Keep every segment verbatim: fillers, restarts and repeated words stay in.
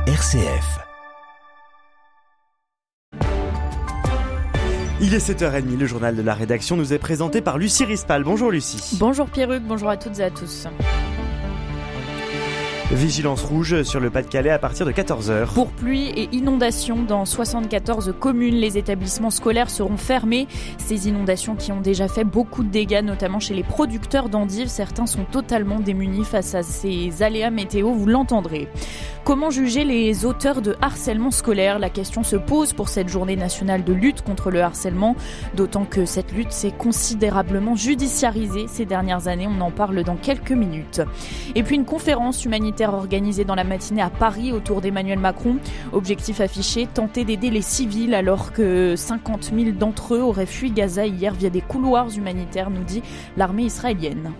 R C F. Il est sept heures trente, le journal de la rédaction nous est présenté par Lucie Rispal. Bonjour Lucie. Bonjour Pierruc, bonjour à toutes et à tous. Vigilance rouge sur le Pas-de-Calais à partir de quatorze heures. Pour pluie et inondations dans soixante-quatorze communes, les établissements scolaires seront fermés. Ces inondations qui ont déjà fait beaucoup de dégâts, notamment chez les producteurs d'endives. Certains sont totalement démunis face à ces aléas météo, vous l'entendrez. Comment juger les auteurs de harcèlement scolaire ? La question se pose pour cette journée nationale de lutte contre le harcèlement, d'autant que cette lutte s'est considérablement judiciarisée ces dernières années. On en parle dans quelques minutes. Et puis une conférence humanitaire organisée dans la matinée à Paris autour d'Emmanuel Macron. Objectif affiché, tenter d'aider les civils alors que cinquante mille d'entre eux auraient fui Gaza hier via des couloirs humanitaires, nous dit l'armée israélienne.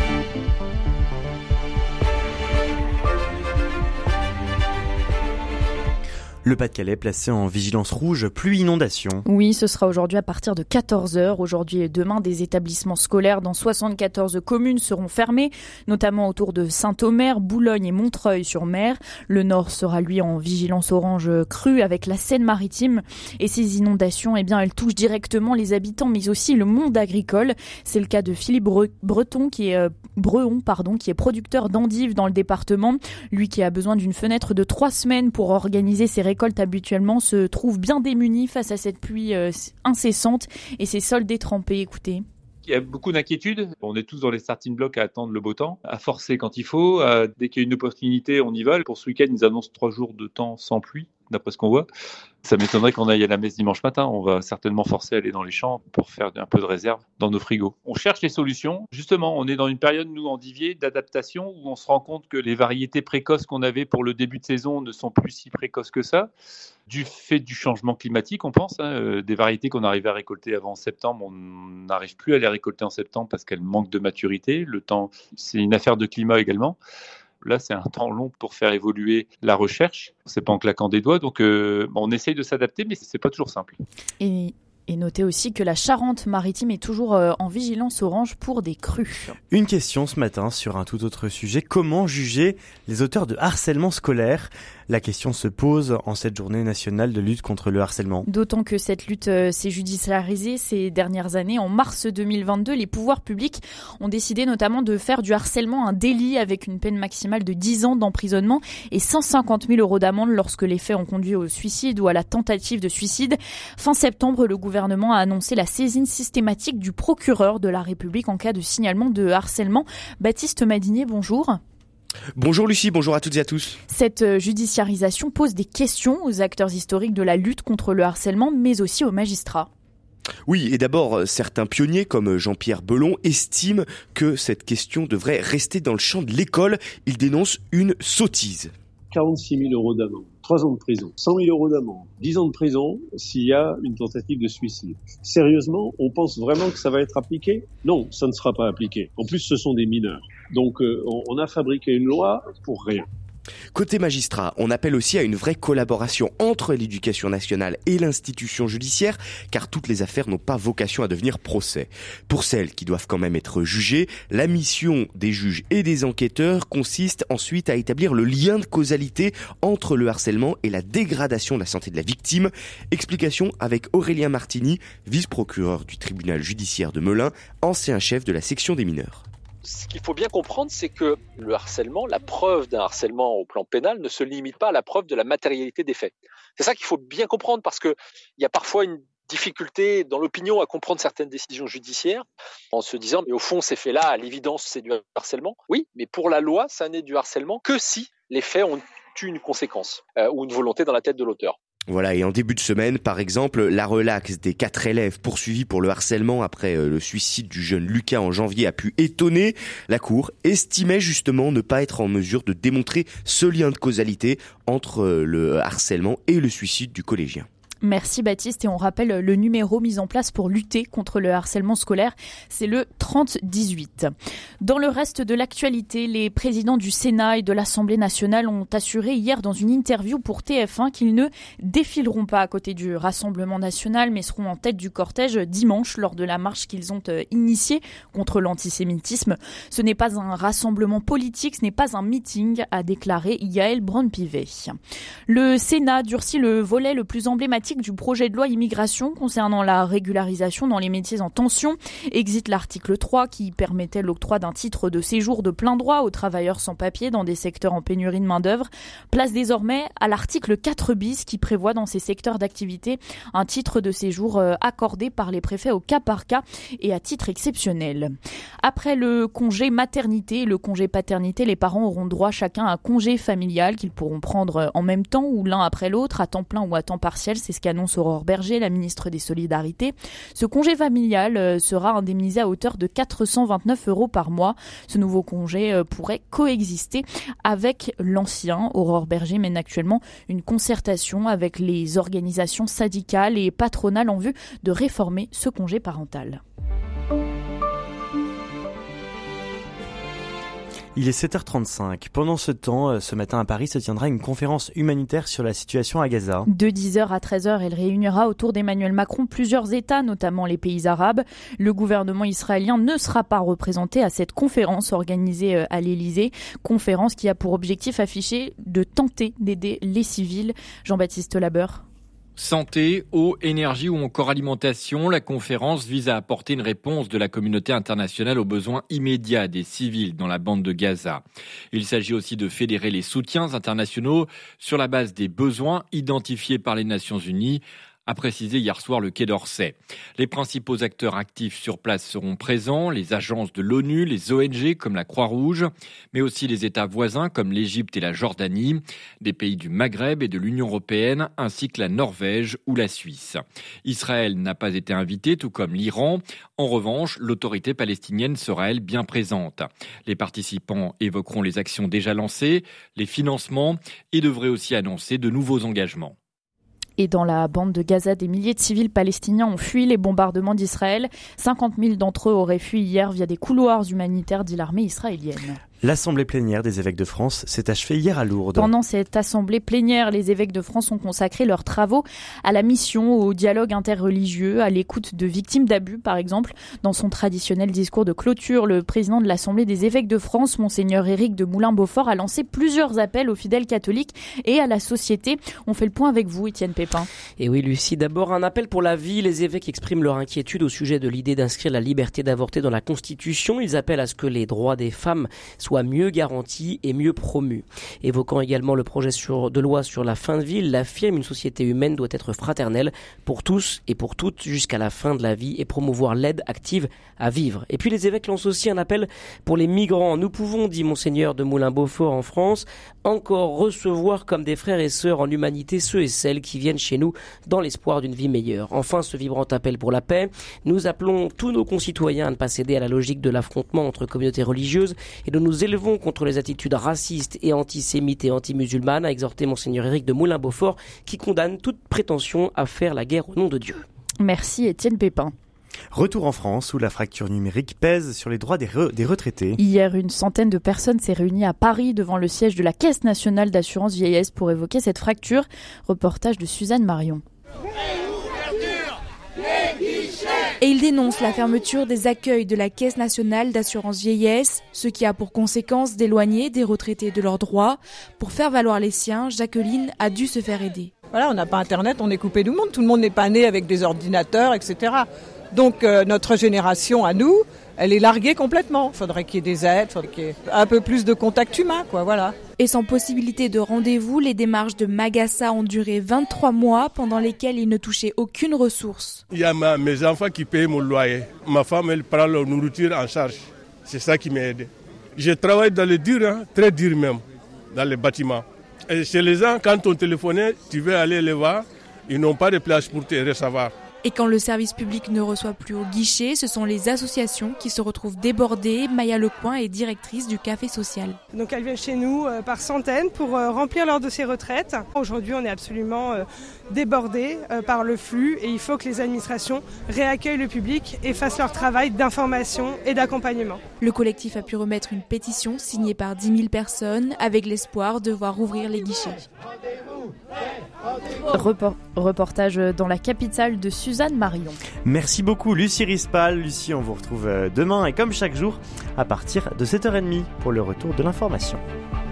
Le Pas-de-Calais placé en vigilance rouge, pluie inondation. Oui, ce sera aujourd'hui à partir de quatorze heures. Aujourd'hui et demain, des établissements scolaires dans soixante-quatorze communes seront fermés, notamment autour de Saint-Omer, Boulogne et Montreuil-sur-Mer. Le Nord sera lui en vigilance orange crue avec la Seine-Maritime. Et ces inondations, eh bien, elles touchent directement les habitants, mais aussi le monde agricole. C'est le cas de Philippe Breton, qui est euh, Breon, pardon, qui est producteur d'endives dans le département. Lui qui a besoin d'une fenêtre de trois semaines pour organiser ses récoltes habituellement se trouve bien démunis face à cette pluie euh, incessante et ces sols détrempés. Écoutez. Il y a beaucoup d'inquiétudes. On est tous dans les starting blocks à attendre le beau temps, à forcer quand il faut. À, dès qu'il y a une opportunité, on y va. Pour ce week-end, ils annoncent trois jours de temps sans pluie, d'après ce qu'on voit. Ça m'étonnerait qu'on aille à la messe dimanche matin. On va certainement forcer à aller dans les champs pour faire un peu de réserve dans nos frigos. On cherche les solutions. Justement, on est dans une période, nous, endivier, d'adaptation, où on se rend compte que les variétés précoces qu'on avait pour le début de saison ne sont plus si précoces que ça. Du fait du changement climatique, on pense, hein, euh, des variétés qu'on arrivait à récolter avant septembre, on n'arrive plus à les récolter en septembre parce qu'elles manquent de maturité. Le temps, c'est une affaire de climat également. Là, c'est un temps long pour faire évoluer la recherche. C'est pas en claquant des doigts. Donc, euh, on essaye de s'adapter, mais c'est pas toujours simple. Et... Et notez aussi que la Charente-Maritime est toujours en vigilance orange pour des crues. Une question ce matin sur un tout autre sujet. Comment juger les auteurs de harcèlement scolaire ? La question se pose en cette journée nationale de lutte contre le harcèlement. D'autant que cette lutte s'est judiciarisée ces dernières années. En mars deux mille vingt-deux, les pouvoirs publics ont décidé notamment de faire du harcèlement un délit avec une peine maximale de dix ans d'emprisonnement et cent cinquante mille euros d'amende lorsque les faits ont conduit au suicide ou à la tentative de suicide. Fin septembre, le gouvernement Le gouvernement a annoncé la saisine systématique du procureur de la République en cas de signalement de harcèlement. Baptiste Madinier, bonjour. Bonjour Lucie, bonjour à toutes et à tous. Cette judiciarisation pose des questions aux acteurs historiques de la lutte contre le harcèlement, mais aussi aux magistrats. Oui, et d'abord, certains pionniers comme Jean-Pierre Belon estiment que cette question devrait rester dans le champ de l'école. Ils dénoncent une sottise. quarante-six mille euros d'amende, trois ans de prison, cent mille euros d'amende, dix ans de prison s'il y a une tentative de suicide. Sérieusement, on pense vraiment que ça va être appliqué ? Non, ça ne sera pas appliqué. En plus, ce sont des mineurs. Donc, euh, on a fabriqué une loi pour rien. Côté magistrat, on appelle aussi à une vraie collaboration entre l'éducation nationale et l'institution judiciaire, car toutes les affaires n'ont pas vocation à devenir procès. Pour celles qui doivent quand même être jugées, la mission des juges et des enquêteurs consiste ensuite à établir le lien de causalité entre le harcèlement et la dégradation de la santé de la victime. Explication avec Aurélien Martini, vice-procureur du tribunal judiciaire de Melun, ancien chef de la section des mineurs. Ce qu'il faut bien comprendre, c'est que le harcèlement, la preuve d'un harcèlement au plan pénal ne se limite pas à la preuve de la matérialité des faits. C'est ça qu'il faut bien comprendre parce qu'il y a parfois une difficulté dans l'opinion à comprendre certaines décisions judiciaires en se disant mais au fond ces faits-là, à l'évidence, c'est du harcèlement. Oui, mais pour la loi, ça n'est du harcèlement que si les faits ont eu une conséquence euh, ou une volonté dans la tête de l'auteur. Voilà, et en début de semaine, par exemple, la relaxe des quatre élèves poursuivis pour le harcèlement après le suicide du jeune Lucas en janvier a pu étonner. La Cour estimait justement ne pas être en mesure de démontrer ce lien de causalité entre le harcèlement et le suicide du collégien. Merci Baptiste, et on rappelle le numéro mis en place pour lutter contre le harcèlement scolaire, c'est le trente dix-huit. Dans le reste de l'actualité, les présidents du Sénat et de l'Assemblée nationale ont assuré hier dans une interview pour T F un qu'ils ne défileront pas à côté du Rassemblement national, mais seront en tête du cortège dimanche lors de la marche qu'ils ont initiée contre l'antisémitisme. Ce n'est pas un rassemblement politique, ce n'est pas un meeting, a déclaré Yael Braun-Pivet. Le Sénat durcit le volet le plus emblématique du projet de loi immigration concernant la régularisation dans les métiers en tension. Exit l'article trois qui permettait l'octroi d'un titre de séjour de plein droit aux travailleurs sans papier dans des secteurs en pénurie de main-d'œuvre. Place désormais à l'article quatre bis qui prévoit dans ces secteurs d'activité un titre de séjour accordé par les préfets au cas par cas et à titre exceptionnel. Après le congé maternité et le congé paternité, les parents auront droit chacun à un congé familial qu'ils pourront prendre en même temps ou l'un après l'autre, à temps plein ou à temps partiel. C'est ce qu'annonce Aurore Berger, la ministre des Solidarités. Ce congé familial sera indemnisé à hauteur de quatre cent vingt-neuf euros par mois. Ce nouveau congé pourrait coexister avec l'ancien. Aurore Berger mène actuellement une concertation avec les organisations syndicales et patronales en vue de réformer ce congé parental. Il est sept heures trente-cinq. Pendant ce temps, ce matin à Paris se tiendra une conférence humanitaire sur la situation à Gaza. De dix heures à treize heures, elle réunira autour d'Emmanuel Macron plusieurs États, notamment les pays arabes. Le gouvernement israélien ne sera pas représenté à cette conférence organisée à l'Élysée. Conférence qui a pour objectif affiché de tenter d'aider les civils. Jean-Baptiste Labeur. Santé, eau, énergie ou encore alimentation, la conférence vise à apporter une réponse de la communauté internationale aux besoins immédiats des civils dans la bande de Gaza. Il s'agit aussi de fédérer les soutiens internationaux sur la base des besoins identifiés par les Nations Unies, a précisé hier soir le Quai d'Orsay. Les principaux acteurs actifs sur place seront présents, les agences de l'ONU, les O N G comme la Croix-Rouge, mais aussi les États voisins comme l'Égypte et la Jordanie, des pays du Maghreb et de l'Union européenne, ainsi que la Norvège ou la Suisse. Israël n'a pas été invité, tout comme l'Iran. En revanche, l'autorité palestinienne sera, elle, bien présente. Les participants évoqueront les actions déjà lancées, les financements et devraient aussi annoncer de nouveaux engagements. Et dans la bande de Gaza, des milliers de civils palestiniens ont fui les bombardements d'Israël. cinquante mille d'entre eux auraient fui hier via des couloirs humanitaires, dit l'armée israélienne. L'Assemblée plénière des évêques de France s'est achevée hier à Lourdes. Pendant cette assemblée plénière, les évêques de France ont consacré leurs travaux à la mission, au dialogue interreligieux, à l'écoute de victimes d'abus, par exemple. Dans son traditionnel discours de clôture, le président de l'Assemblée des évêques de France, Monseigneur Éric de Moulin-Beaufort, a lancé plusieurs appels aux fidèles catholiques et à la société. On fait le point avec vous, Étienne Pépin. Et oui, Lucie, d'abord un appel pour la vie. Les évêques expriment leur inquiétude au sujet de l'idée d'inscrire la liberté d'avorter dans la Constitution. Ils appellent à ce que les droits des femmes soient mieux garantis et mieux promus. Évoquant également le projet sur, de loi sur la fin de vie, il affirme une société humaine doit être fraternelle pour tous et pour toutes jusqu'à la fin de la vie et promouvoir l'aide active à vivre. Et puis les évêques lancent aussi un appel pour les migrants. Nous pouvons, dit Monseigneur de Moulin-Beaufort en France, encore recevoir comme des frères et sœurs en humanité ceux et celles qui viennent chez nous dans l'espoir d'une vie meilleure. Enfin, ce vibrant appel pour la paix, nous appelons tous nos concitoyens à ne pas céder à la logique de l'affrontement entre communautés religieuses et nous nous élevons contre les attitudes racistes et antisémites et anti-musulmanes, a exhorté Monseigneur Éric de Moulin-Beaufort, qui condamne toute prétention à faire la guerre au nom de Dieu. Merci Étienne Pépin. Retour en France où la fracture numérique pèse sur les droits des, re- des retraités. Hier, une centaine de personnes s'est réunie à Paris devant le siège de la Caisse nationale d'assurance vieillesse pour évoquer cette fracture. Reportage de Suzanne Marion. Et il dénonce la fermeture des accueils de la Caisse nationale d'assurance vieillesse, ce qui a pour conséquence d'éloigner des retraités de leurs droits. Pour faire valoir les siens, Jacqueline a dû se faire aider. Voilà, on n'a pas Internet, on est coupé du monde, tout le monde n'est pas né avec des ordinateurs, et cetera. Donc euh, notre génération à nous, elle est larguée complètement. Il faudrait qu'il y ait des aides, il faudrait qu'il y ait un peu plus de contact humain, quoi, voilà. Et sans possibilité de rendez-vous, les démarches de Magassa ont duré vingt-trois mois pendant lesquels ils ne touchaient aucune ressource. Il y a ma, mes enfants qui payent mon loyer. Ma femme, elle prend leur nourriture en charge. C'est ça qui m'a aidé. Je travaille dans le dur, hein, très dur même, dans les bâtiments. Et chez les gens, quand on téléphonait, tu veux aller les voir, ils n'ont pas de place pour te recevoir. Et quand le service public ne reçoit plus au guichet, ce sont les associations qui se retrouvent débordées. Maya Lecoin est directrice du Café Social. Donc elles viennent chez nous euh, par centaines pour euh, remplir leur dossier retraite. Aujourd'hui, on est absolument euh, débordés euh, par le flux et il faut que les administrations réaccueillent le public et fassent leur travail d'information et d'accompagnement. Le collectif a pu remettre une pétition signée par dix mille personnes avec l'espoir de voir ouvrir les guichets. Report- reportage dans la capitale de Suzanne Marion. Merci beaucoup Lucie Rispal. Lucie, on vous retrouve demain et comme chaque jour à partir de sept heures trente pour le retour de l'information.